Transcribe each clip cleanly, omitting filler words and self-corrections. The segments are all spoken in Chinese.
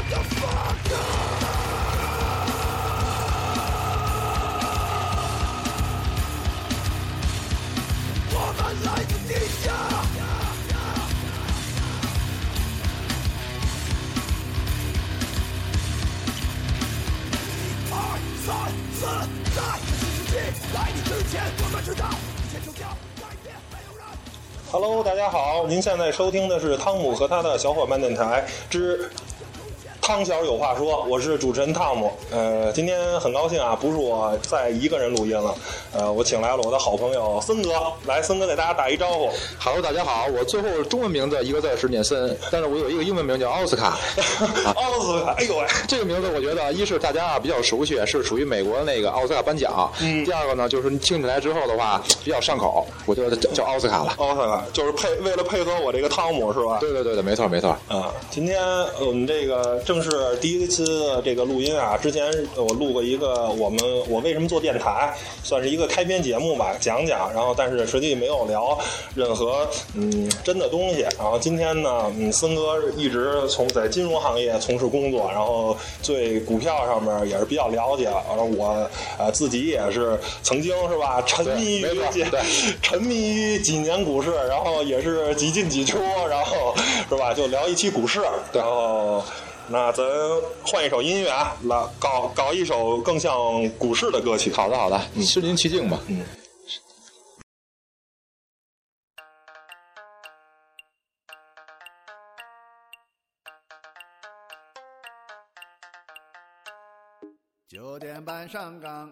Hello， 大家好，您现在收听的是汤姆和他的小伙伴电台之汤小有话说，我是主持人汤姆。今天很高兴啊，不是我再一个人录音了，我请来了我的好朋友森哥，来，森哥给大家打一招呼。 Hello， 大家好，我最后中文名字一个字是念森，但是我有一个英文名叫奥斯卡。 奥斯卡，哎呦喂， 这个名字我觉得一是大家比较熟悉，是属于美国那个奥斯卡颁奖。第二个呢，就是你听起来之后的话比较上口，我觉得叫奥斯卡了。 奥斯卡就是为了配合我这个汤姆是吧？ 对，没错啊。今天我们这个正是第一次的这个录音啊，之前我录过一个我为什么做电台，算是一个开篇节目吧，讲，然后但是实际没有聊任何真的东西。然后今天呢，森哥一直在金融行业从事工作，然后对股票上面也是比较了解。然后我自己也是曾经是吧，沉迷于几年股市，然后也是几进几出，然后是吧，就聊一期股市，然后。那咱换一首音乐啊，来搞一首更像股市的歌曲。 好的，身临其境吧。 9点半上岗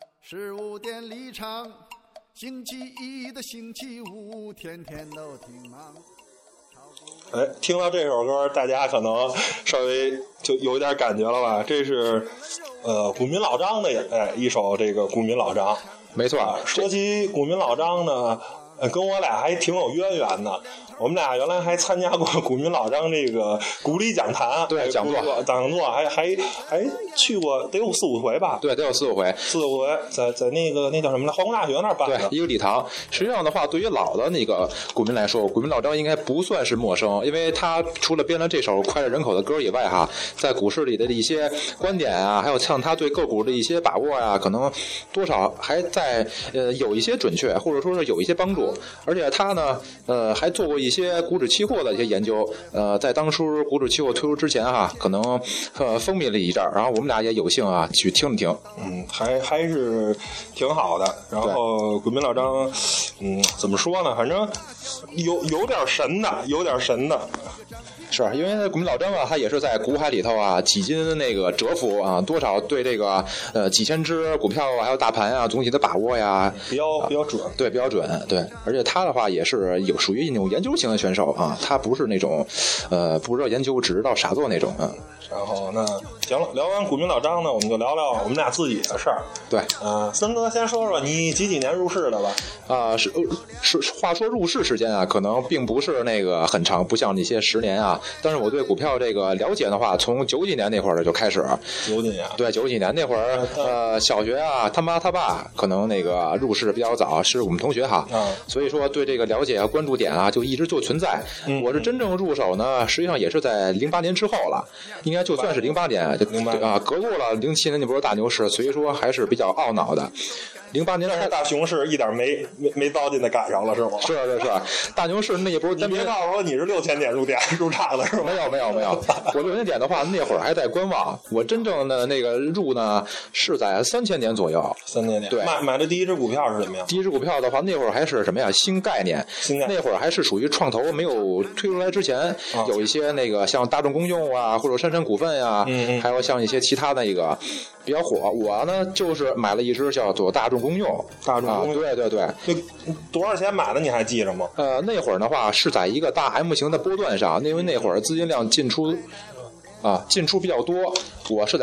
，15点离场，星期一的星期五，天天都挺忙。 听到这首歌，大家可能稍微就有一点感觉了吧？这是古民老张的一首这个古民老张。 没错， 说起古民老张呢，跟我俩还挺有渊源的。我们俩原来还参加过古民老张这个鼓励讲坛， 对，讲座， 还去过得有4-5回吧？ 对，得有4-5回， 在那叫什么来？化工大学那儿办的。 对，一个礼堂。实际上的话，对于老的那个股民来说，古民老张应该不算是陌生，因为他除了编了这首脍炙人口的歌以外，在股市里的一些观点啊，还有像他对个股的一些把握啊，可能多少还在有一些准确，或者说是有一些帮助。而且他呢，还做过一些股指期货的一些研究，在当初股指期货推出之前可能风靡了一阵儿，然后我们俩也有幸去听了听， 还是挺好的。然后古民老张，怎么说呢？反正有点神的。 是因为股民老张他也是在股海里头几经那个蛰伏多少对这个几千只股票还有大盘总体的把握比较准， 对，比较准，对。而且他的话也是属于那种研究型的选手他不是那种不知道研究只知道傻做那种然后那行了，聊完股民老张呢，我们就聊聊我们俩自己的事儿。 对， 森哥先说说你几年入市的吧？ 话说入市时间可能并不是那个很长，不像那些10年但是我对股票这个了解的话，从90几年那会儿就开始。 90几年？ 对，90几年那会儿，小学他妈他爸可能那个入市比较早，是我们同学所以说对这个了解关注点就一直就存在。我是真正入手呢，实际上也是在08年之后了，应该就算是08年，隔过了07年那波大牛市，所以说还是比较懊恼的。08年大熊市一点没糟践的赶上了是吗？ 是，大牛市那一波， 你别告诉我你是6000点入场的是吗？ 没有，我6000点的话，那会儿还在观望。我真正的那个入呢是在3000点左右。 3000点，对。买的第一只股票是什么呀？ 第一只股票的话，那会儿还是什么呀？新概念。那会儿还是属于创投没有推出来之前，有一些那个像大众公用或者杉杉股份还有像一些其他的一个比较火。我呢就是买了一只叫做大众公用，对。 这多少钱买的你还记着吗？ 那会儿的话是在一个大 M 型的波段上，因为那会儿资金量进出比较多，我是在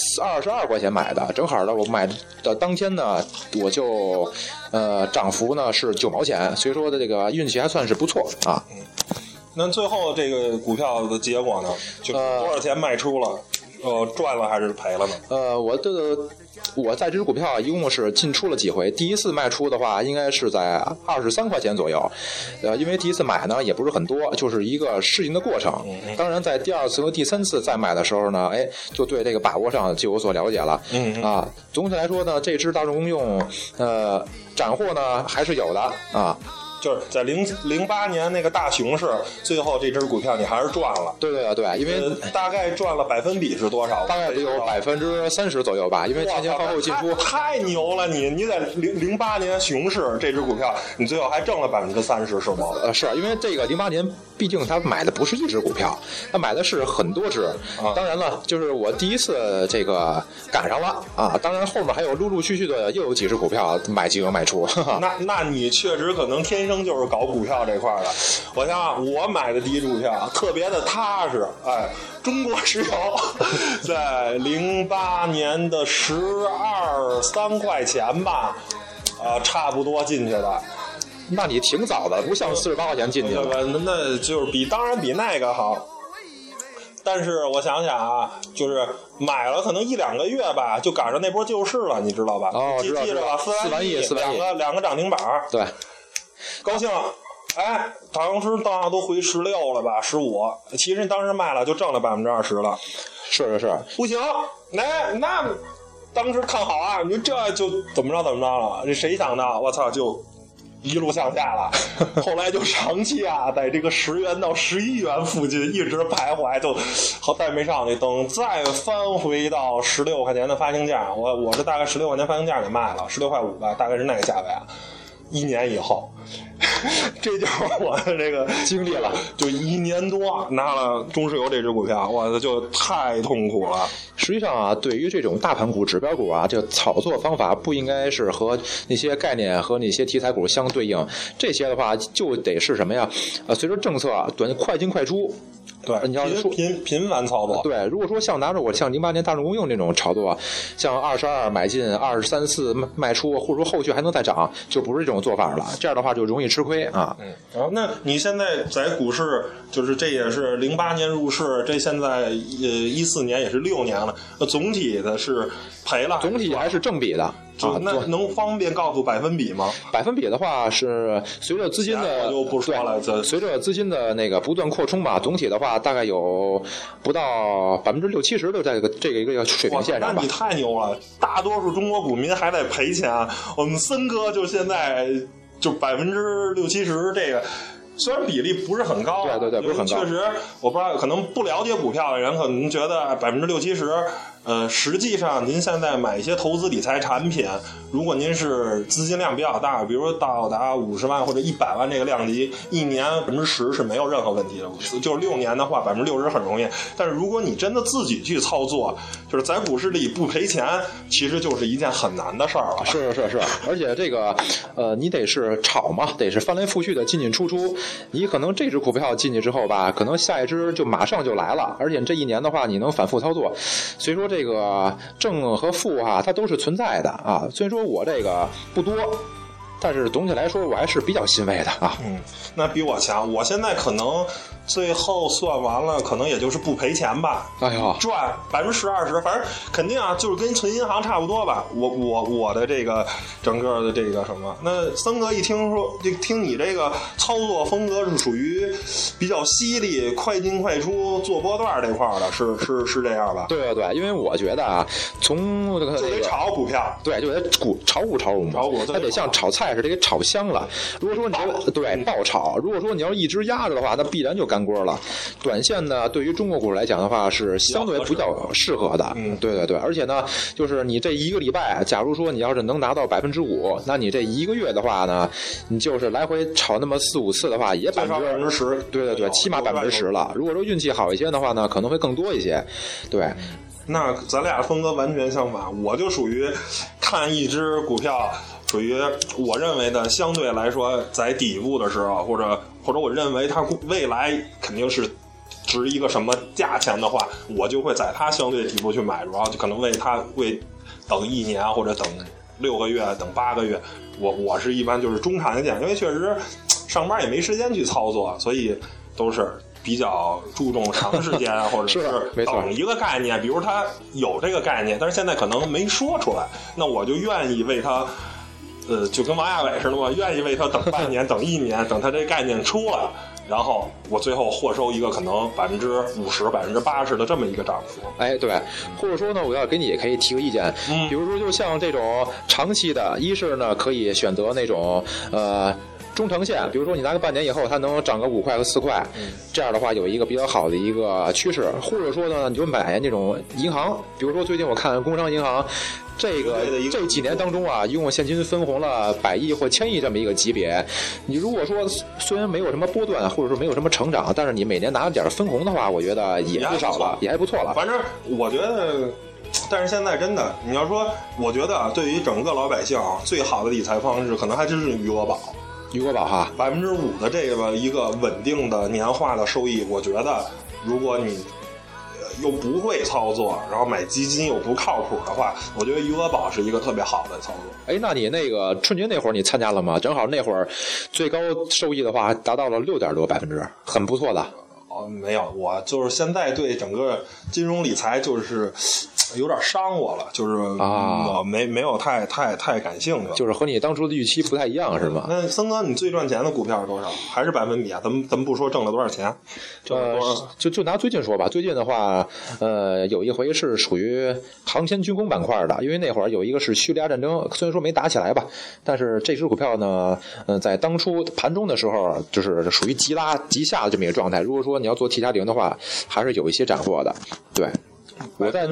22块钱买的，正好呢，我买的当天呢，我就涨幅呢是9毛钱，所以说的这个运气还算是不错那最后这个股票的结果呢？就多少钱卖出了？ 赚了还是赔了呢？ 我在这只股票一共是进出了几回，第一次卖出的话应该是在23块钱左右，因为第一次买呢也不是很多，就是一个适应的过程。当然在第二次和第三次再买的时候呢，就对这个把握上就有所了解了。总体来说呢，这只大众公用斩获呢还是有的啊。 就是在08年那个大熊市，最后这只股票你还是赚了。 对，因为大概赚了百分比是多少？ 大概得有30%左右吧，因为前前后后进出。 太牛了！你在08年熊市这只股票，你最后还挣了30%是吗？ 是因为这个08年，毕竟他买的不是一只股票，他买的是很多只。当然了，就是我第一次这个赶上了啊，当然后面还有陆陆续续的又有几只股票买进和卖出。 那你确实可能天生就是搞股票这块的。我想想，我买的第一只股票特别的踏实，中国石油在08年的12-13块钱吧，差不多进去的。 那你挺早的，不像48块钱进去了。 那就是当然比那个好。但是我想想啊，就是买了可能1-2个月吧，就赶上那波救市了，你知道吧？记着吧，4万亿，两个涨停板。对，高兴了。当时都回16了吧，15。其实当时卖了就挣了20%了。 是， 不行，那当时看好啊，你说这就怎么着了？这谁想到？我操，就一路向下了。后来就长期在这个10元到11元附近一直徘徊，就好再没上去。等再翻回到16块钱的发行价，我是大概16块钱发行价给卖了，16块5吧，大概是那个价位啊。1年以后，这就是我的这个经历了， 就1年多拿了中石油这只股票，我就太痛苦了。 实际上啊，对于这种大盘股、指标股啊，这个炒作方法不应该是和那些概念和那些题材股相对应，这些的话就得是什么呀？随着政策快进快出。 对，你要频繁操作。 对，如果说像08年大众公用这种炒作，像22买进，23、4卖出，或者说后续还能再涨，就不是这种做法了。这样的话就容易吃亏啊。 那你现在在股市，就是这也是08年入市，这现在14年也是6年了，总体的是赔了， 总体还是正比的。 那能方便告诉百分比吗？ 百分比的话是随着资金的， 我就不说了。 随着资金的那个不断扩充吧，总体的话大概有不到60-70%的这个一个水平线上吧。 那你太牛了！大多数中国股民还在赔钱，我们森哥就现在就60-70%这个。虽然比例不是很高， 对，不是很高。 确实，我不知道，可能不了解股票的人可能觉得60-70%。实际上您现在买一些投资理财产品，如果您是资金量比较大，比如说到达50万或者100万这个量级，一年10%是没有任何问题的。就是6年的话，60%很容易。但是如果你真的自己去操作，就是在股市里不赔钱，其实就是一件很难的事儿了。 是，而且这个你得是炒嘛，得是翻来覆去的进出。你可能这只股票进去之后吧，可能下一只就马上就来了，而且这一年的话，你能反复操作。所以说这个正和负它都是存在的啊。虽然说我这个不多，但是总体来说我还是比较欣慰的啊。 那比我强。我现在可能最后算完了，可能也就是不赔钱吧。赚10%-20%，反正肯定啊，就是跟存银行差不多吧。我的这个整个的这个什么，那森哥一听你这个操作风格是属于比较犀利、快进快出、做波段这块的，是这样吧？ 对，因为我觉得啊，从就得炒股票， 对，就得炒股，它得像炒菜似的给炒香了。如果说你爆炒，如果说你要一直压着的话，那必然就干锅了。短线呢，对于中国股来讲的话，是相对比较适合的。对，而且呢，就是你这一个礼拜，假如说你要是能拿到5%，那你这一个月的话呢，你就是来回炒那么4-5次的话，也 10%。 对，起码10%了。如果说运气好一些的话呢，可能会更多一些。对。 那咱俩风格完全相反，我就属于看一只股票，属于我认为的相对来说在底部的时候，或者我认为它未来肯定是值一个什么价钱的话，我就会在它相对底部去买入，然后就可能为它会等1年或者等6个月、等8个月。我是一般就是中长线，因为确实上班也没时间去操作，所以都是比较注重长时间，或者是等一个概念，比如他有这个概念，但是现在可能没说出来，那我就愿意为他，就跟王亚伟似的嘛，愿意为他等半年、等1年，等他这概念出来，然后我最后获收一个可能50%、80%的这么一个涨幅。 哎，对，或者说呢，我要给你也可以提个意见，比如说就像这种长期的，一是呢可以选择那种中长线，比如说你拿个半年以后，它能涨个5块和4块，这样的话有一个比较好的一个趋势。或者说呢，你就买那种银行，比如说最近我看工商银行。这几年当中啊，一共现金分红了100亿或1000亿这么一个级别。你如果说虽然没有什么波段，或者说没有什么成长，但是你每年拿点分红的话，我觉得也不少了，也还不错了。 反正我觉得，但是现在真的，你要说，我觉得对于整个老百姓最好的理财方式，可能还真是余额宝。 余额宝哈 ，5%的这个一个稳定的年化的收益，我觉得如果你又不会操作，然后买基金又不靠谱的话，我觉得余额宝是一个特别好的操作。 哎，那你那个春节那会儿你参加了吗？正好那会儿最高收益的话达到了6%多，很不错的。 没有，我就是现在对整个金融理财就是有点伤我了，就是我没有太感兴趣， 就是和你当初的预期不太一样，是吗？ 那森哥，你最赚钱的股票是多少？还是百分比啊？咱们不说挣了多少钱， 就拿最近说吧。最近的话，有一回是属于航天军工板块的，因为那会儿有一个是叙利亚战争，虽然说没打起来吧，但是这只股票呢，在当初盘中的时候，就是属于急拉急下的这么一个状态。如果说你要做 T 加0的话，还是有一些斩获的，对。我在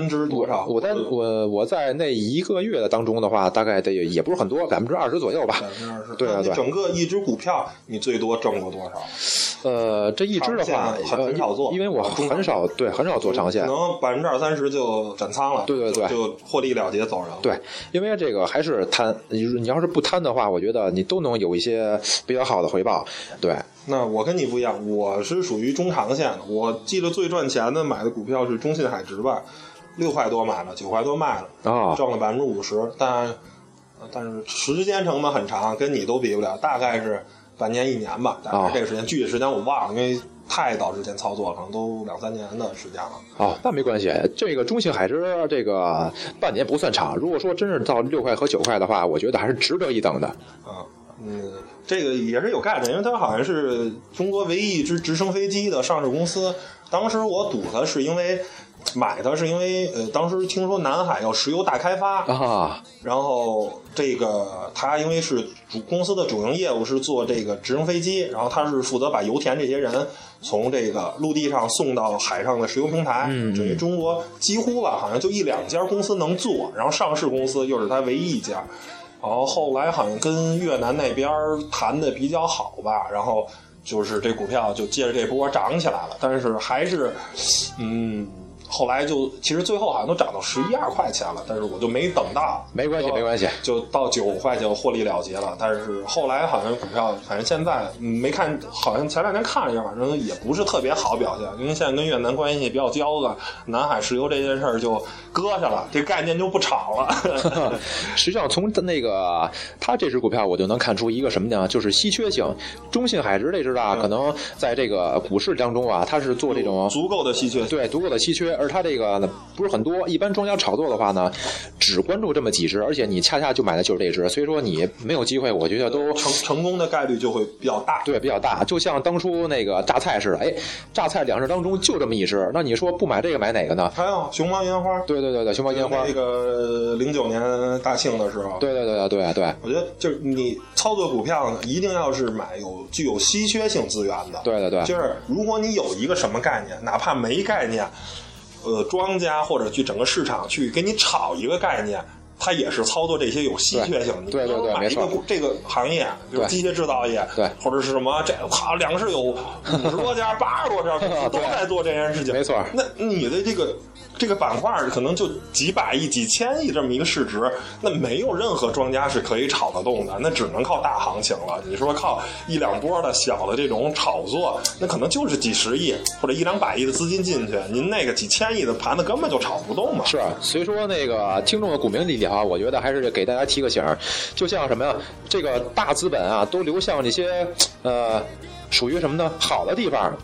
那1个月的当中的话，大概得也不是很多，20%左右吧。 20%， 对啊，对。 整个一只股票你最多挣过多少？ 这一只的话很少做， 因为我很少做长线， 可能20%-30%就斩仓了。 对， 就获利了结走人了。 对，因为这个还是贪，你要是不贪的话，我觉得你都能有一些比较好的回报。对。 那我跟你不一样，我是属于中长线的。我记得最赚钱的买的股票是中信海直吧，6块多买了，9块多卖了，挣了50%，但是时间成本很长，跟你都比不了，大概是半年1年吧，大概这个时间，具体时间我忘了，因为太早之前操作了，可能都2-3年的时间了。 那没关系，这个中信海直这个半年不算长，如果说真是到6块和9块的话，我觉得还是值得一等的。 这个也是有概念，因为它好像是中国唯一一支直升飞机的上市公司。当时我赌它是因为买它是因为当时听说南海要石油大开发然后这个它因为是公司的主营业务是做这个直升飞机，然后它是负责把油田这些人从这个陆地上送到海上的石油平台。等于中国几乎吧，好像就1-2家公司能做，然后上市公司又是它唯一一家。然后后来好像跟越南那边谈的比较好吧，然后就是这股票就借着这波涨起来了，但是还是后来就其实最后好像都涨到11-12块钱了，但是我就没等到。 没关系， 就到9块就获利了结了。但是后来好像股票，反正现在没看，好像前2天看了一下，反正也不是特别好表现，因为现在跟越南关系比较交恶，南海石油这件事儿就搁下了，这概念就不炒了。 实际上从那个它这只股票我就能看出一个什么呢，就是稀缺性。中信海直这只可能在这个股市当中它是做这种足够的稀缺， 对，足够的稀缺。而它这个呢不是很多，一般庄家炒作的话呢，只关注这么几只，而且你恰恰就买的就是这只，所以说你没有机会，我觉得都成功的概率就会比较大。 对，比较大。就像当初那个榨菜似的，榨菜2只当中就这么一只，那你说不买这个买哪个呢？ 还有熊猫烟花。 对，熊猫烟花。 那个09年大庆的时候。 对。 我觉得就是你操作股票呢，一定要是买具有稀缺性资源的。 对。 就是如果你有一个什么概念，哪怕没概念。庄家或者去整个市场去给你炒一个概念，它也是操作这些有稀缺性的。 对， 买一个这个行业，比如机械制造业， 对， 或者是什么两市有50多家、80多家公司都在做这件事情。 没错。 那你的这个板块可能就几百亿、几千亿这么一个市值，那没有任何庄家是可以炒得动的，那只能靠大行情了。你说靠1-2波的小的这种炒作，那可能就是几十亿或者100-200亿的资金进去，您那个几千亿的盘子根本就炒不动嘛。 是，所以说那个听众的股民里我觉得还是给大家提个醒，就像什么呀，这个大资本都流向这些属于什么呢？好的地方。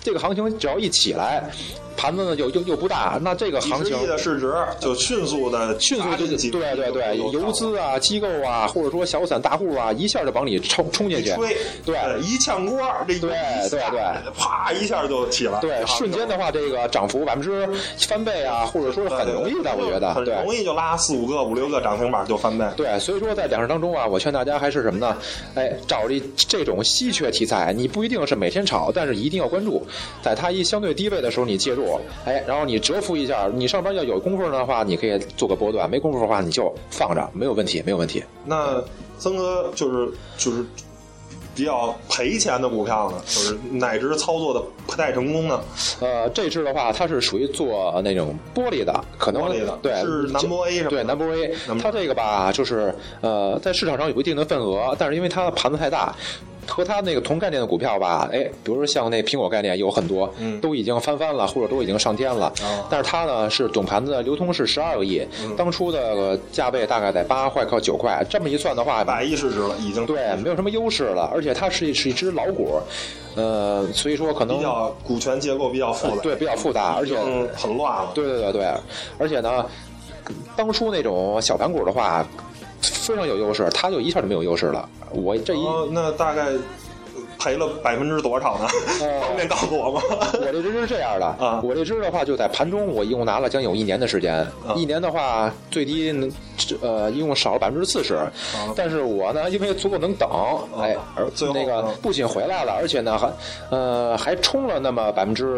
这个行情只要一起来，盘子呢又不大，那这个行情几十亿的市值就迅速的对，游资啊、机构啊，或者说小散大户啊，一下就往里冲进去，对， 一炝锅，这对， 啪一下就起来， 对，瞬间的话，这个涨幅翻倍啊，或者说很容易的，我觉得很容易就拉4、5个、5、6个涨停板就翻倍。 对，所以说在两市当中啊，我劝大家还是什么呢？哎，找这种稀缺题材，你不一定是每天炒，但是一定要关注，在它一相对低位的时候你介入，哎，然后你蛰伏一下，你上班要有功夫的话，你可以做个波段；没功夫的话，你就放着，没有问题。 那曾哥就是比较赔钱的股票呢，就是哪只操作的不太成功呢？ 这只的话，它是属于做那种玻璃的，可能对是南玻 A 什么的？ 对，南玻 A， 它这个吧，就是在市场上有一定的份额，但是因为它的盘子太大。和它那个同概念的股票吧，哎，比如说像那苹果概念有很多，都已经翻了，或者都已经上天了。但是它呢是总盘子流通是12个亿，当初的价位大概在8块到9块，这么一算的话 ，100亿市值了，已经对，没有什么优势了，而且它是一只老股，所以说可能比较股权结构比较复杂， 对，比较复杂，而且很乱了。 对，而且呢，当初那种小盘股的话。非常有优势，它就一下就没有优势了。我这那大概赔了多少呢？方便告诉我吗？ 我这只是这样的啊，我这只的话就在盘中，我一共拿了将有1年的时间。1年的话，最低一共少了40%。但是我呢，因为足够能等，哎，那个不仅回来了，而且呢还冲了那么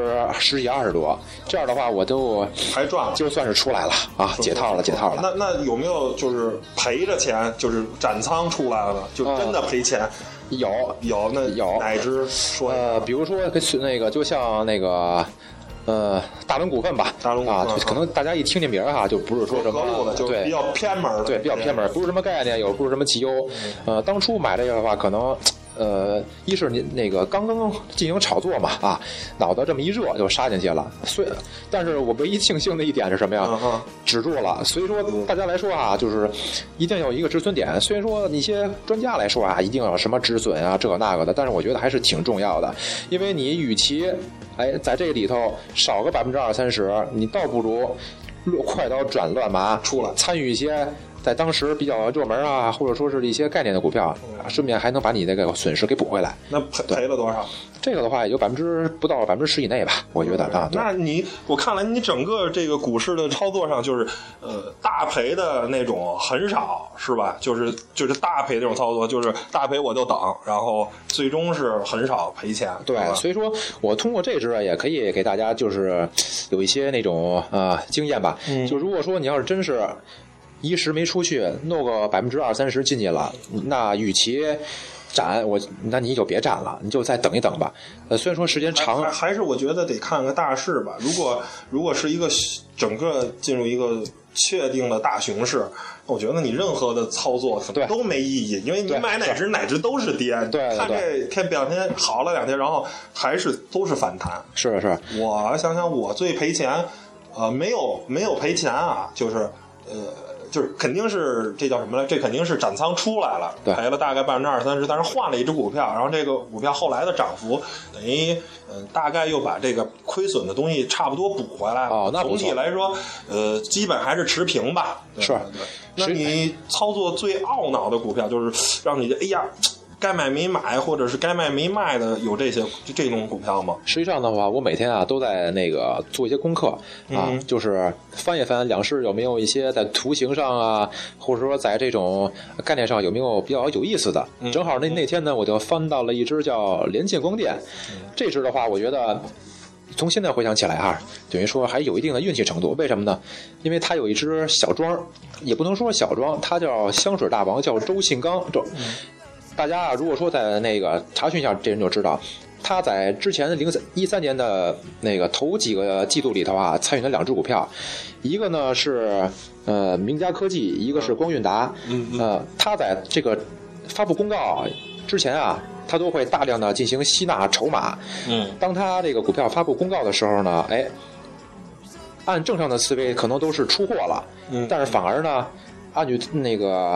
10几20多。这样的话，我都还赚了， 就算是出来了啊，解套了。 那有没有就是赔着钱，就是斩仓出来了，就真的赔钱？ 有哪只说比如说那个就像那个大龙股份吧，可能大家一听这名哈，就不是说什么对比较偏门， 对比较偏门，不是什么概念，有不是什么绩优。当初买这个的话，可能一是你那个刚进行炒作嘛啊，脑袋这么一热就杀进去了。但是我唯一庆幸的一点是什么呀？止住了。所以说大家来说啊，就是一定要有一个止损点。虽然说一些专家来说啊，一定要有什么止损啊这个那个的，但是我觉得还是挺重要的，因为你与其在这里头少个20%、30%，你倒不如快刀斩乱麻出来参与一些。在当时比较热门啊，或者说是一些概念的股票，顺便还能把你那个损失给补回来。 那赔了多少？ 这个的话也就不到10%以内吧，我觉得啊。 那我看来你整个这个股市的操作上，就是大赔的那种很少，是吧？就是大赔这种操作，就是大赔我就等，然后最终是很少赔钱。 对，所以说我通过这支也可以给大家就是有一些那种经验吧。就如果说你要是真是。一时没出去，弄个20%、30%进去了，那与其斩那你就别斩了，你就再等一等吧。虽然说时间长， 还是我觉得得看个大势吧。如果是一个整个进入一个确定的大熊市，我觉得你任何的操作可能都没意义，因为你买哪只都是跌。 对， 看这两天好了2天，然后都是反弹。 是。 我想想，我最赔钱，没有赔钱啊，就是就是肯定是这叫什么来？这肯定是斩仓出来了，赔了大概20%、30%，但是换了一只股票，然后这个股票后来的涨幅等于大概又把这个亏损的东西差不多补回来了。 那总体来说，基本还是持平吧。 是。 那你操作最懊恼的股票，就是让你该买没买，或者是该卖没卖的，有这种股票吗？ 实际上的话，我每天都在那个做一些功课就是翻一翻两市有没有一些在图形上啊，或者说在这种概念上有没有比较有意思的。正好那天呢，我就翻到了一只叫联建光电，这只的话，我觉得。从现在回想起来等于说还有一定的运气程度。为什么呢？因为它有一只小庄，也不能说小庄，它叫香水大王，叫周信刚。大家如果说在那个查询一下，这人就知道，他在之前13年的那个头几个季度里头参与了2只股票，一个呢是明佳科技，一个是光韵达。他在这个发布公告之前他都会大量的进行吸纳筹码。当他这个股票发布公告的时候呢，按正常的思维可能都是出货了，但是反而呢，按据那个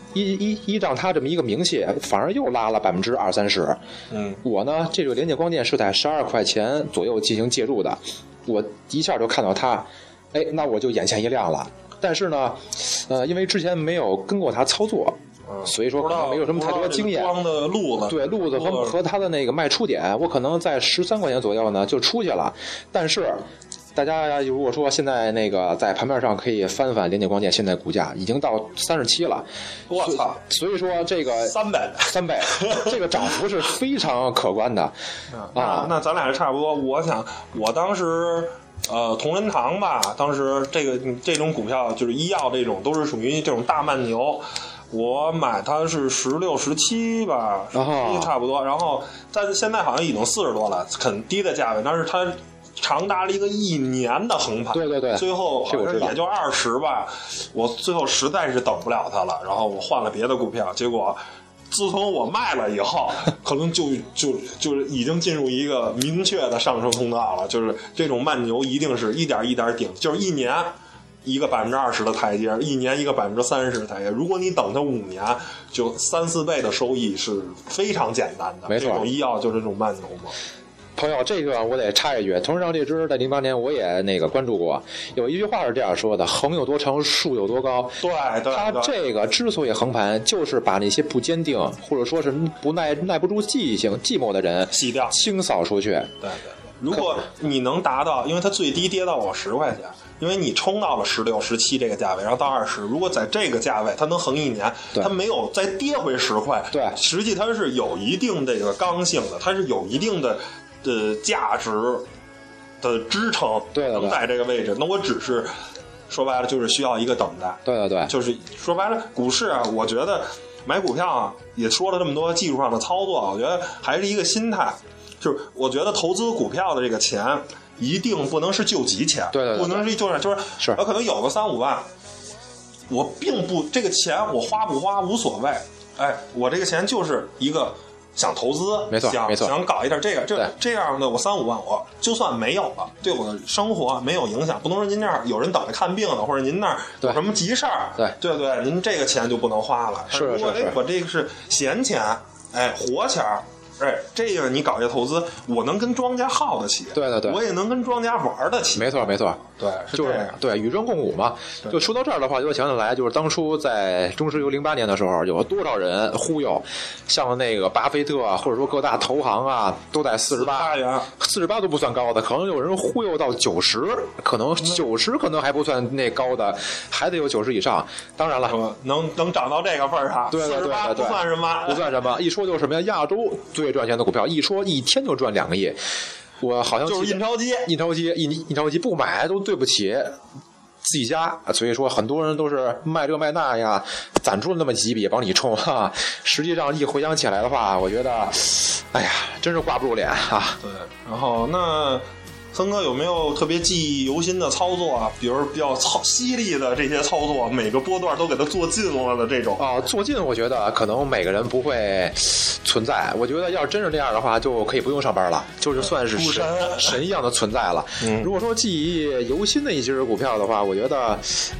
依仗他这么一个名气，反而又拉了20-30%。我呢，这个联景光电是在12块钱左右进行介入的，我一下就看到它，哎，那我就眼前一亮了。但是呢，因为之前没有跟过他操作。所以说可能没有什么太多经验。 装的路子， 对路子和它的那个卖出点，我可能在13块钱左右呢就出去了。但是大家如果说现在那个在盘面上可以翻翻联景光电，现在股价已经到37了。 我操！ 所以说这个3倍，这个涨幅是非常可观的啊。那咱俩是差不多。我想我当时。同仁堂吧，当时这种股票就是医药这种，都是属于这种大慢牛。我买它是16、17吧，差不多。然后但现在好像已经40多了，很低的价位，但是它长达了一个1年的横盘。 对， 最后好像也就20吧。我最后实在是等不了它了，然后我换了别的股票，结果。自从我卖了以后，可能就是已经进入一个明确的上升通道了。就是这种慢牛一定是一点一点顶，就是一年一个20%的台阶，一年一个30%的台阶。如果你等它5年，就3-4倍的收益是非常简单的。 没错， 这种医药就是这种慢牛嘛。 朋友，这个我得插一句，同仁堂这支在08年我也那个关注过，有一句话是这样说的：横有多长，竖有多高。 对， 它这个之所以横盘，就是把那些不坚定或者说是不耐不住寂寞的人洗掉、 清扫出去。 对，如果你能达到，因为它最低跌到我10块钱，因为你冲到了16、17这个价位，然后到20，如果在这个价位它能横1年，它没有再跌回10块， 对， 实际它是有一定这个刚性的，它是有一定的价值的支撑， 对， 能在这个位置。那我只是说白了就是需要一个等待， 对， 就是说白了，股市啊，我觉得买股票啊，也说了这么多技术上的操作，我觉得还是一个心态，就是我觉得投资股票的这个钱一定不能是救急钱， 对， 不能是就是我可能有个3-5万，我并不这个钱我花不花无所谓，哎，我这个钱就是一个。想投资， 没错， 想搞一点这样的，我3-5万，我就算没有了，对我的生活没有影响。不能说您这儿有人等着看病呢，或者您那儿有什么急事儿，对，您这个钱就不能花了。 是， 我这个是闲钱，哎，活钱。哎，这个你搞一个投资，我能跟庄家耗得起， 对， 我也能跟庄家玩得起， 没错， 对， 就是对与庄共舞嘛。就说到这儿的话，就想起来，就是当初在中石油08年的时候，有多少人忽悠，像那个巴菲特啊，或者说各大投行啊，都在48 元 ，48都不算高的，可能有人忽悠到90，可能90可能还不算那高的，还得有90以上。当然了， 能涨到这个份上， 对 ，48不算什么， 一说就是什么呀？亚洲最赚钱的股票，一说一天就赚2个亿，我好像就是印钞机不买都对不起自己家，所以说很多人都是卖这卖那呀，攒出了那么几笔帮你冲哈。实际上一回想起来的话，我觉得，哎呀，真是挂不住脸啊。 对，然后那。森哥有没有特别记忆犹新的操作啊？比如比较犀利的这些操作，每个波段都给它做尽了的这种啊，做尽我觉得可能每个人不会存在。我觉得要是真是这样的话，就可以不用上班了，就是算是神一样的存在了。如果说记忆犹新的一只股票的话，我觉得，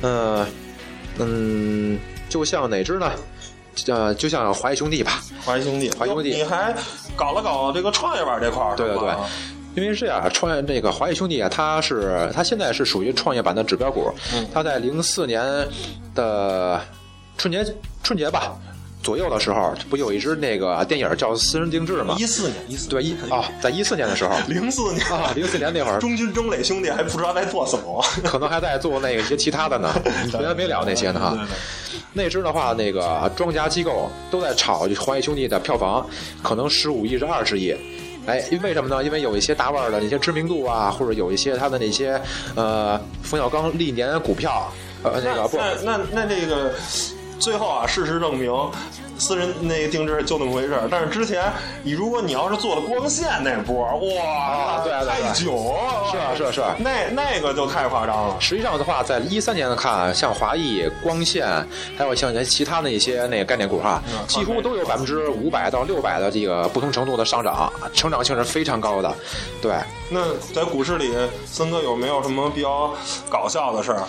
就像哪只呢？就像华谊兄弟吧， 华谊兄弟，你还搞了搞这个创业板这块儿， 对。因为是这样，创业这个华谊兄弟啊，它现在是属于创业板的指标股。它在04年的春节吧左右的时候，不有一支那个电影叫《私人定制》吗 ？14年， 对在14年的时候 ，04年啊，04年那会儿， 中军中磊兄弟还不知道在做什么， 可能还在做那个一些其他的呢，没完没了那些呢哈。那支的话，那个庄家机构都在炒华谊兄弟的票房，可能15亿至20亿。哎，为什么呢？因为有一些大腕的那些知名度啊，或者有一些他的那些冯小刚历年股票，那这个最后啊，事实证明，私人那个定制就那么回事。但是之前如果你要是做了光线那波，哇， 对， 太久， 是， 那个就太夸张了。 实际上的话，在13年看，像华谊、光线，还有像其他的一些那个概念股哈，几乎都有500%到600%的这个不同程度的上涨，成长性是非常高的。对， 那在股市里，森哥有没有什么比较搞笑的事儿？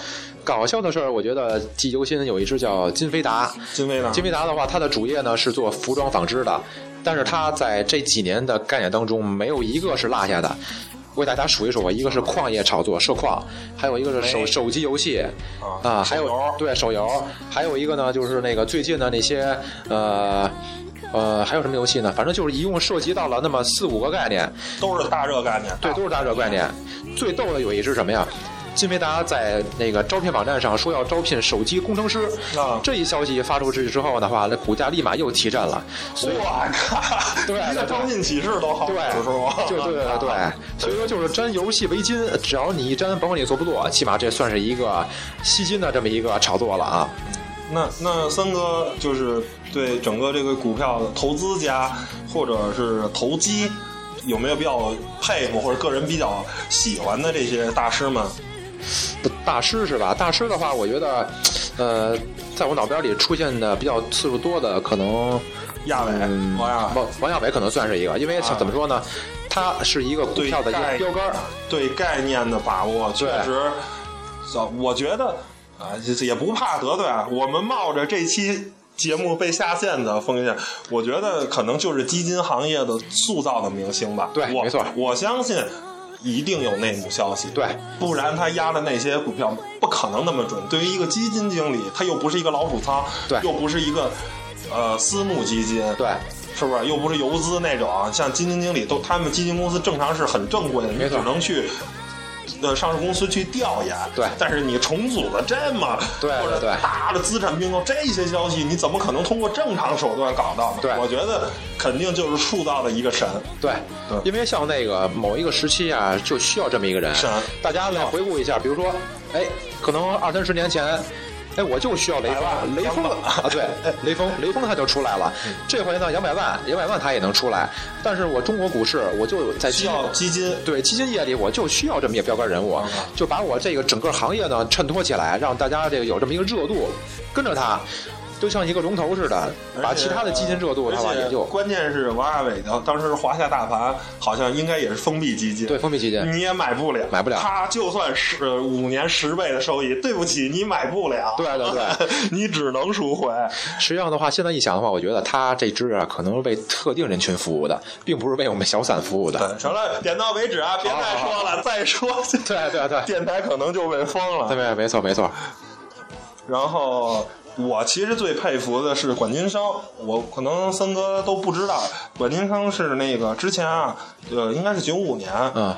搞笑的事儿，我觉得记忆犹新有一只叫金飞达。 金飞达的话，它的主业呢是做服装纺织的，但是它在这几年的概念当中没有一个是落下的。为大家数一数吧，一个是矿业炒作涉矿，还有一个是手机游戏啊，还有对手游，还有一个呢就是那个最近的那些还有什么游戏呢？反正就是一共涉及到了那么4-5个概念， 都是大热概念。 对，都是大热概念。最逗的有一只什么呀？金飞达在那个招聘网站上说要招聘手机工程师，这一消息发出去之后的话，那股价立马又提振了。 我靠，对，一个招聘启事都好， 对，是吧？对，所以说就是沾游戏为金，只要你一沾，甭管你做不做，起码这算是一个吸金的这么一个炒作了啊。 那森哥就是对整个这个股票的投资家或者是投机有没有比较佩服或者个人比较喜欢的这些大师们？ 大师是吧？大师的话，我觉得，在我脑边里出现的比较次数多的，可能亚伟、 王亚伟可能算是一个，因为怎么说呢，他是一个股票的一个标杆， 对概念的把握确实，我觉得也不怕得罪啊。我们冒着这期节目被下线的风险，我觉得可能就是基金行业的塑造的明星吧。 对，没错， 我相信。一定有内幕消息， 对， 不然他压的那些股票不可能那么准。对于一个基金经理，他又不是一个老鼠仓， 对， 又不是一个私募基金， 对， 是不是？又不是游资那种，像基金经理他们基金公司正常是很正规的，你只能去上市公司去调研， 对。 但是你重组的这么对或者大的资产并购，这些消息你怎么可能通过正常手段搞到呢？ 对， 我觉得肯定就是塑造的一个神。 对，因为像那个某一个时期啊，就需要这么一个人。 神， 大家来回顾一下，比如说，可能20-30年前。我就需要雷锋啊！对，雷锋他就出来了。这回呢，杨百万他也能出来。但是我中国股市，我就在需要基金， 对基金业里，我就需要这么一个标杆人物，就把我这个整个行业呢衬托起来，让大家这个有这么一个热度，跟着他。就像一个龙头似的，把其他的基金热度，它也就关键是王亚伟的当时华夏大盘好像应该也是封闭基金， 对，封闭基金你也买不了。他就算5年10倍的收益，对不起，你买不了。 对， 你只能赎回。 实际上的话，现在一想的话，我觉得他这支啊，可能是为特定人群服务的，并不是为我们小散服务的。 对，成了，点到为止啊，别再说了，再说， 对， 电台可能就被封了。 对，没错。 然后。我其实最佩服的是管金生，我可能森哥都不知道，管金生是那个之前啊，应该是95年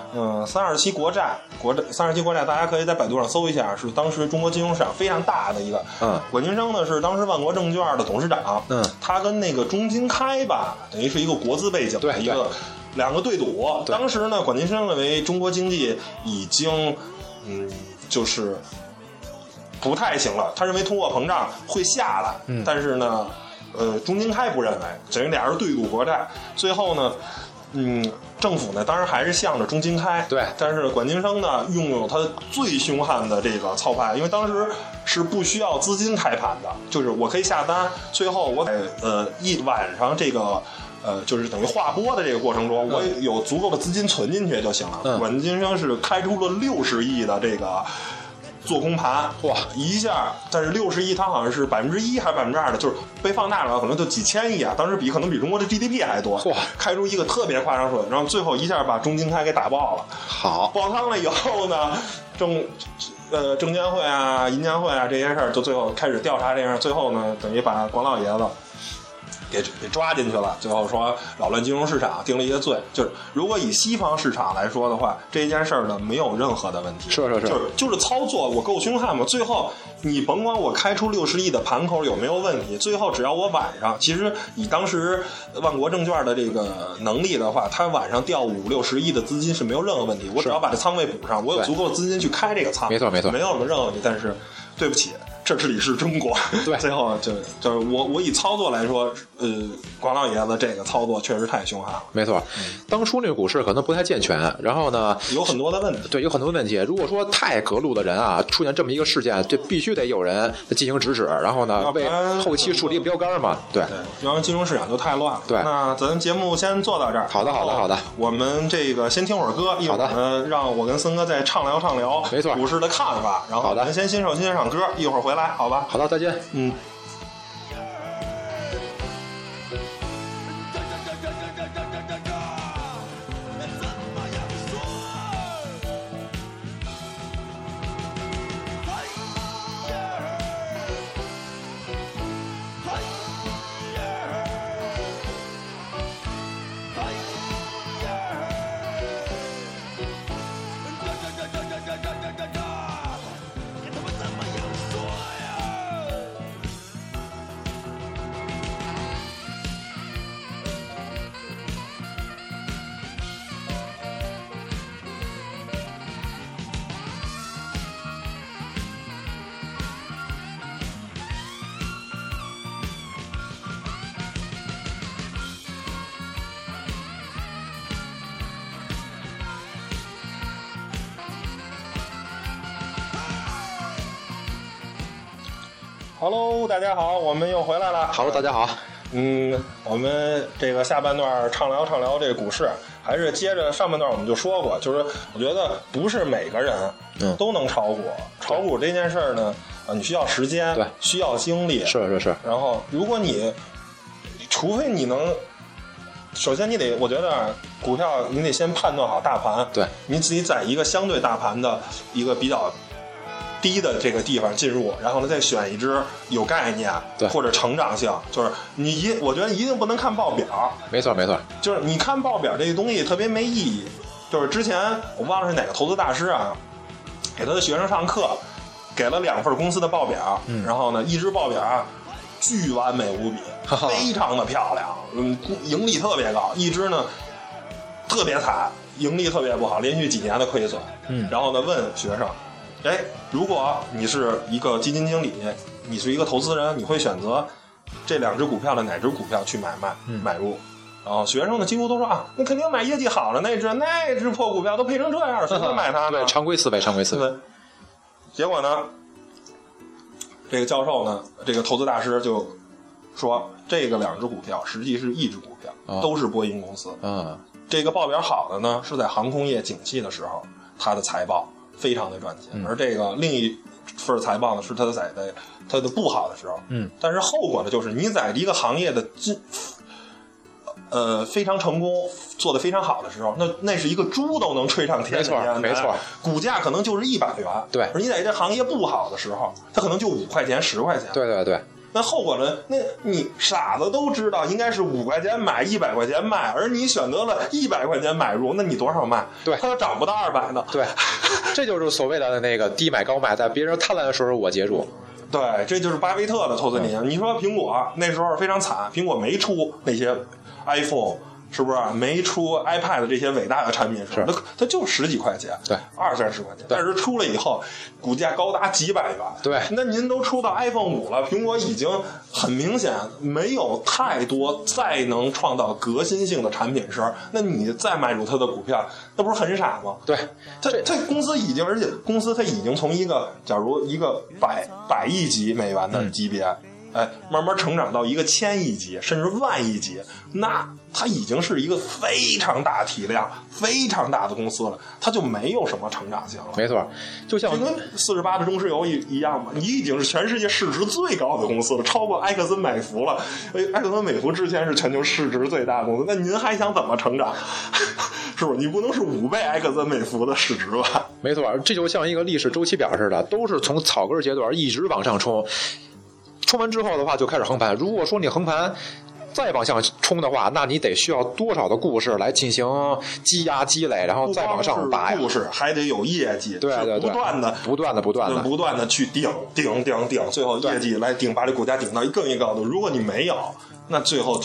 ，327国债，327国债，大家可以在百度上搜一下，是当时中国金融市场非常大的一个。管金生呢是当时万国证券的董事长，他跟那个中金开吧，等于是一个国资背景的一个两个对赌。当时呢，管金生认为中国经济已经，就是不太行了，他认为通货膨胀会下来，但是呢，中金开不认为，等于俩人对赌国债，最后呢，政府呢当然还是向着中金开， 对， 但是管金生呢拥有他最凶悍的这个操盘，因为当时是不需要资金开盘的，就是我可以下单，最后我一晚上这个。就是等于划拨的这个过程中，我有足够的资金存进去就行了。管金生是开出了60亿的这个做空盘， 哇， 一下，但是60亿它好像是1%还是2%的，就是被放大了，可能就几千亿啊，当时可能比中国的 GDP 还多， 哇， 开出一个特别夸张数，然后最后一下把中金开给打爆了。 好， 爆仓了以后呢，证监会啊、银监会啊这些事儿，就最后开始调查这样，最后呢，等于把管老爷子。给抓进去了，最后说扰乱金融市场，定了一些罪。就是如果以西方市场来说的话，这件事儿呢没有任何的问题，就是操作我够凶悍嘛。最后你甭管我开出60亿的盘口有没有问题，最后只要我晚上，其实以当时万国证券的这个能力的话，他晚上调50-60亿的资金是没有任何问题。我只要把这仓位补上，我有足够的资金去开这个仓， 没错， 没有什么任何问题。但是对不起。 这里是中国。 对， 最后就是我以操作来说，广老爷子这个操作确实太凶悍了。 没错，当初那个股市可能不太健全，然后呢有很多的问题。 对，有很多问题。如果说太隔路的人啊，出现这么一个事件，这必须得有人进行制止，然后呢为后期树立标杆嘛。对， 要不然金融市场就太乱了。 对， 那咱节目先做到这儿。 好的。 我们这个先听会儿歌，一会儿呢让我跟森哥再畅聊没错股市的看法。然后我们先欣赏歌，一会儿回来，好吧？ 好的，再见。 Hello， 大家好，我们又回来了。 Hello， 大家好。 我们这个下半段畅聊这个股市，还是接着上半段我们就说过，就是我觉得不是每个人都能炒股。炒股这件事儿呢，你需要时间， 对， 需要精力， 是。 然后，如果除非你能，首先我觉得股票你得先判断好大盘， 对， 你自己在一个相对大盘的一个比较低的这个地方进入，然后呢再选一只有概念或者成长性，就是我觉得一定不能看报表。没错，就是你看报表这个东西特别没意义。就是之前我忘了是哪个投资大师啊，给他的学生上课，给了2份公司的报表，然后呢一只报表巨完美无比，非常的漂亮，盈利特别高；一只呢特别惨，盈利特别不好，连续几年的亏损。然后呢问学生，如果你是一个基金经理，你是一个投资人，你会选择这2只股票的哪只股票去买入？然后学生呢几乎都说那肯定买业绩好了那只破股票都赔成这样，谁会买它呢？ 对，常规思维。 结果呢，这个教授呢，这个投资大师就说，这个2只股票实际是一只股票，都是波音公司。这个报表好的呢，是在航空业景气的时候，它的财报非常的赚钱，而这个另一份财报呢，是它的不好的时候。但是后果呢，就是你在一个行业的非常成功，做得非常好的时候，那是一个猪都能吹上天的年代， 没错， 股价可能就是100元。 对， 而你在这行业不好的时候，它可能就5块钱、10块钱。 对。 那后果呢？那你傻子都知道应该是5块钱买，100块钱卖，而你选择了100块钱买入，那你多少卖？ 对， 它涨不到200呢。 对，这就是所谓的那个低买高卖，在别人贪婪的时候我接住。 对，这就是巴菲特的投资理念。你说苹果那时候非常惨，苹果没出那些 iPhone， 是不是没出 iPad 这些伟大的产品时候，它就10几块钱， 对 ，20-30块钱。但是出了以后，股价高达几百元。 对， 那您都出到 iPhone 5了，苹果已经很明显没有太多再能创造革新性的产品时，那你再买入它的股票，那不是很傻吗？ 对， 它公司已经，而且公司它已经从假如一个百亿级美元的级别。慢慢成长到一个1000亿级甚至万亿级，那它已经是一个非常大体量、非常大的公司了，它就没有什么成长性了。 没错，就像跟48的中石油一样嘛，你已经是全世界市值最高的公司了，超过埃克森美孚了。埃克森美孚之前是全球市值最大的公司，那您还想怎么成长？是不是？你不能是5倍埃克森美孚的市值吧？ 没错，这就像一个历史周期表似的，都是从草根阶段一直往上冲。冲完之后的话就开始横盘，如果说你横盘再往上冲的话，那你得需要多少的故事来进行积压积累，然后再往上拔呀。 故事还得有业绩， 对，不断的去顶，最后业绩来顶，把这股价顶到更一高度。如果你没有，那最后就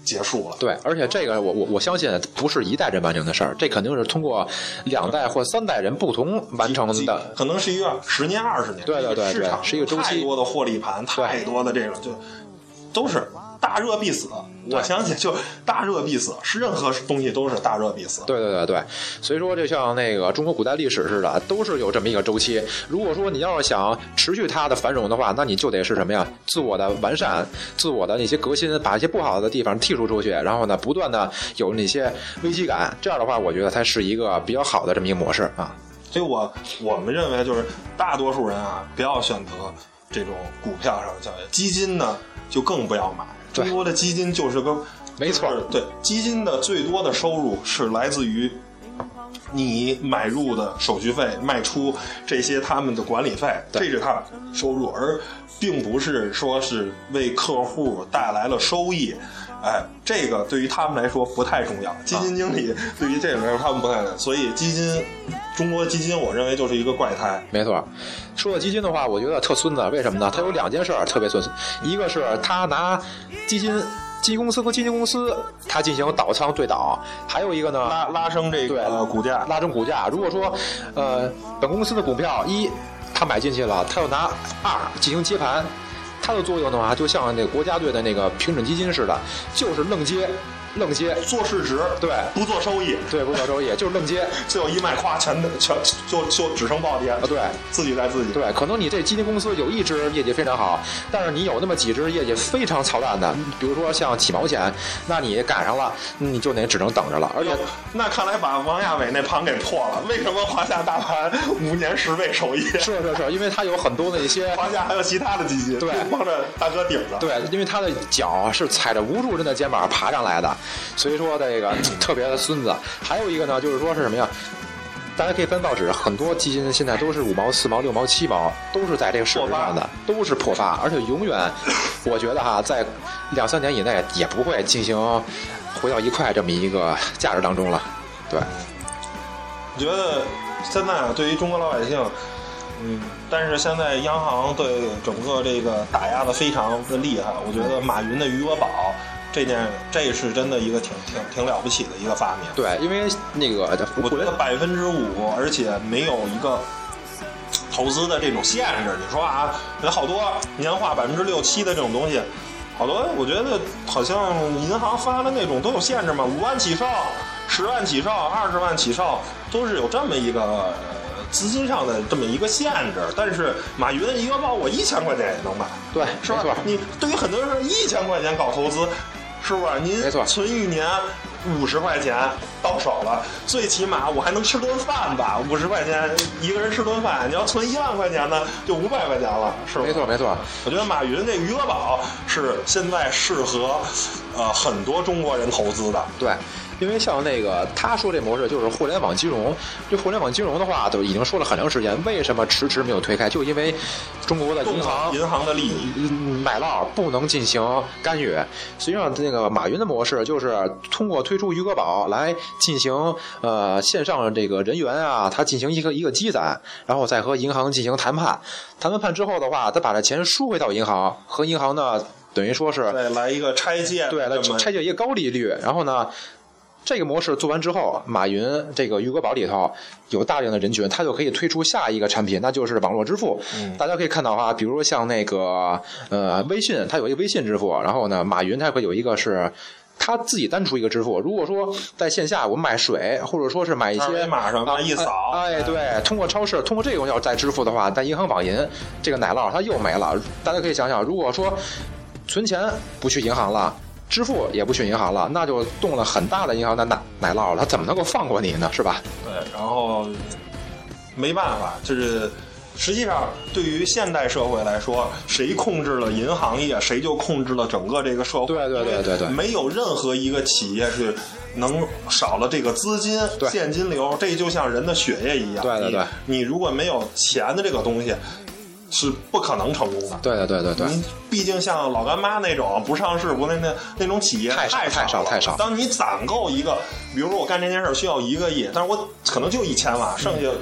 结束了。 对，而且这个我相信不是一代人完成的事儿，这肯定是通过2代或3代人不同完成的， 可能是一个10年20年。 对， 市场是一个周期， 太多的获利盘，太多的这种就都是。大热必死，我相信就大热必死，是任何东西都是大热必死。 对，所以说就像那个中国古代历史似的，都是有这么一个周期。如果说你要是想持续它的繁荣的话，那你就得是什么呀？自我的完善，自我的那些革新，把一些不好的地方剔除出去，然后呢，不断的有那些危机感。这样的话，我觉得才是一个比较好的这么一个模式啊。 所以我们认为就是大多数人啊，不要选择这种股票上的交易，基金呢就更不要买。中国的基金就是个， 没错， 对，基金的最多的收入是来自于你买入的手续费、卖出这些他们的管理费，这是他收入，而并不是说是为客户带来了收益。哎，这个对于他们来说不太重要。基金经理对于这个来说他们不太，所以中国基金，我认为就是一个怪胎。 没错，说到基金的话，我觉得特孙子，为什么呢？他有2件事特别孙子，一个是他拿基金公司和基金公司他进行倒仓对倒，还有一个呢拉升这个股价， 拉升股价。如果说本公司的股票1他买进去了，他要拿2进行接盘。它的作用的话，就像那个国家队的那个平准基金似的，就是愣接， 做市值， 对， 不做收益， 对，不做收益，就是愣接， 最后一卖，夸全就只剩暴跌啊！ 对， 自己带自己。 对，可能你这基金公司有1只业绩非常好，但是你有那么几只业绩非常操蛋的，比如说像几毛钱，那你赶上了，你就只能等着了。而且， 那看来把王亚伟那盘给破了。为什么华夏大盘5年10倍收益？ 是，因为它有很多的一些华夏还有其他的基金， 对， 帮着大哥顶着。 对，因为他的脚是踩着无数人的肩膀爬上来的。所以说这个特别的孙子。还有一个呢，就是说是什么呀？大家可以翻报纸，很多基金现在都是5毛、4毛、6毛、7毛，都是在这个市值上的，都是破发，而且永远，我觉得在2、3年以内也不会进行回到1块这么一个价值当中了。对， 我觉得现在对于中国老百姓，但是现在央行对整个这个打压的非常的厉害。我觉得马云的余额宝。这是真的一个挺了不起的一个发明。 对，因为那个我觉得5%，而且没有一个投资的这种限制。你说啊，有好多年化6%、7%的这种东西，好多我觉得好像银行发的那种都有限制嘛，5万起售、10万起售、20万起售，都是有这么一个资金上的这么一个限制。但是马云余额宝我1000块钱也能买， 对， 是吧？你对于很多人说1000块钱搞投资。是不是？您存1年50块钱到手了，最起码我还能吃顿饭吧？50块钱一个人吃顿饭，你要存1万块钱呢，就500块钱了，是吧？ 没错。 我觉得马云这余额宝是现在适合很多中国人投资的。 对。因为像那个他说这模式就是互联网金融，这互联网金融的话都已经说了很长时间，为什么迟迟没有推开？就因为中国的银行的利益买酪不能进行干预。实际上，那个马云的模式就是通过推出余额宝来进行线上这个人员啊，他进行一个积攒，然后再和银行进行谈判。谈完判之后的话，他把这钱输回到银行，和银行呢等于说是对来一个拆借， 对，来拆借一个高利率，然后呢。这个模式做完之后，马云这个余额宝里头有大量的人群，他就可以推出下一个产品，那就是网络支付。大家可以看到比如说像那个微信，它有一个微信支付，然后呢，马云它会有一个是他自己单出一个支付。如果说在线下我们买水，或者说是买一些马上一扫， 对，通过超市，通过这种要再支付的话，但银行网银这个奶酪它又没了。大家可以想想，如果说存钱不去银行了。支付也不去银行了，那就动了很大的银行的奶酪了，他怎么能够放过你呢？是吧？ 对，然后没办法，就是实际上对于现代社会来说，谁控制了银行业，谁就控制了整个这个社会。 对， 没有任何一个企业是能少了这个资金、现金流，这就像人的血液一样。 对， 你如果没有钱的这个东西。是不可能成功的。 对。 毕竟像老干妈那种不上市那种企业太少。当你攒够一个，比如说我干这件事需要1个亿，但是我可能就1000万，剩下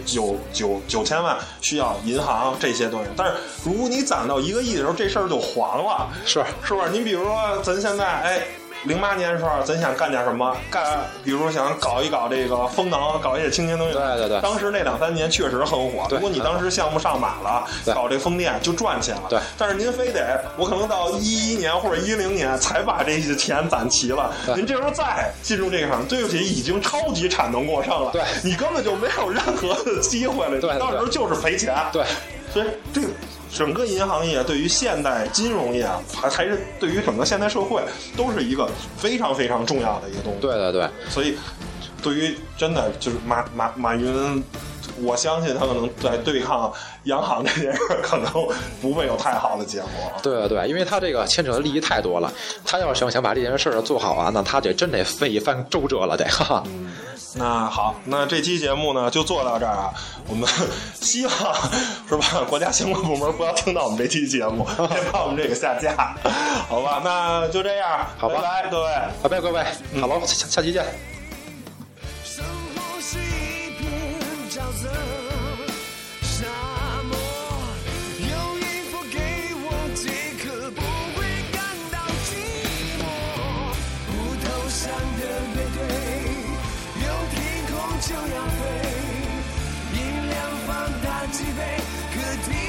9000万需要银行这些东西。但是如果你攒到1个亿的时候，这事儿就黄了。 是不是？你比如说咱现在 08年的时候，咱想干点什么？比如想搞一搞这个风能，搞一些清洁能源。 对对对。 当时那2-3年确实很火。如果你当时项目上马了，搞这风电就赚钱了。 对。 但是您非得我可能到11年或者10年才把这些钱攒齐了，您这时候再进入这个行，对不起，已经超级产能过剩了。 对。 你根本就没有任何的机会了。 对。 到时候就是赔钱。 对。 所以这个。整个银行业对于现代金融业还是对于整个现代社会都是一个非常非常重要的一个东西。 对对对， 所以对于真的就是马云，我相信他可能在对抗央行这件事可能不会有太好的结果。 对对对，因为他这个牵扯的利益太多了，他要是想把这件事做好啊，那他这真得费一番周折了得。哈哈。 那好，那这期节目呢就做到这儿啊。我们希望是吧，国家相关部门不要听到我们这期节目，别把我们这个下架，好吧？那就这样， 好吧， 拜拜各位， 拜拜各位，好了，下期见。 生活是一片沼泽，沙漠有音符给我解渴，不会感到寂寞。木头上的乐队，有天空就要飞，音量放大几倍，可听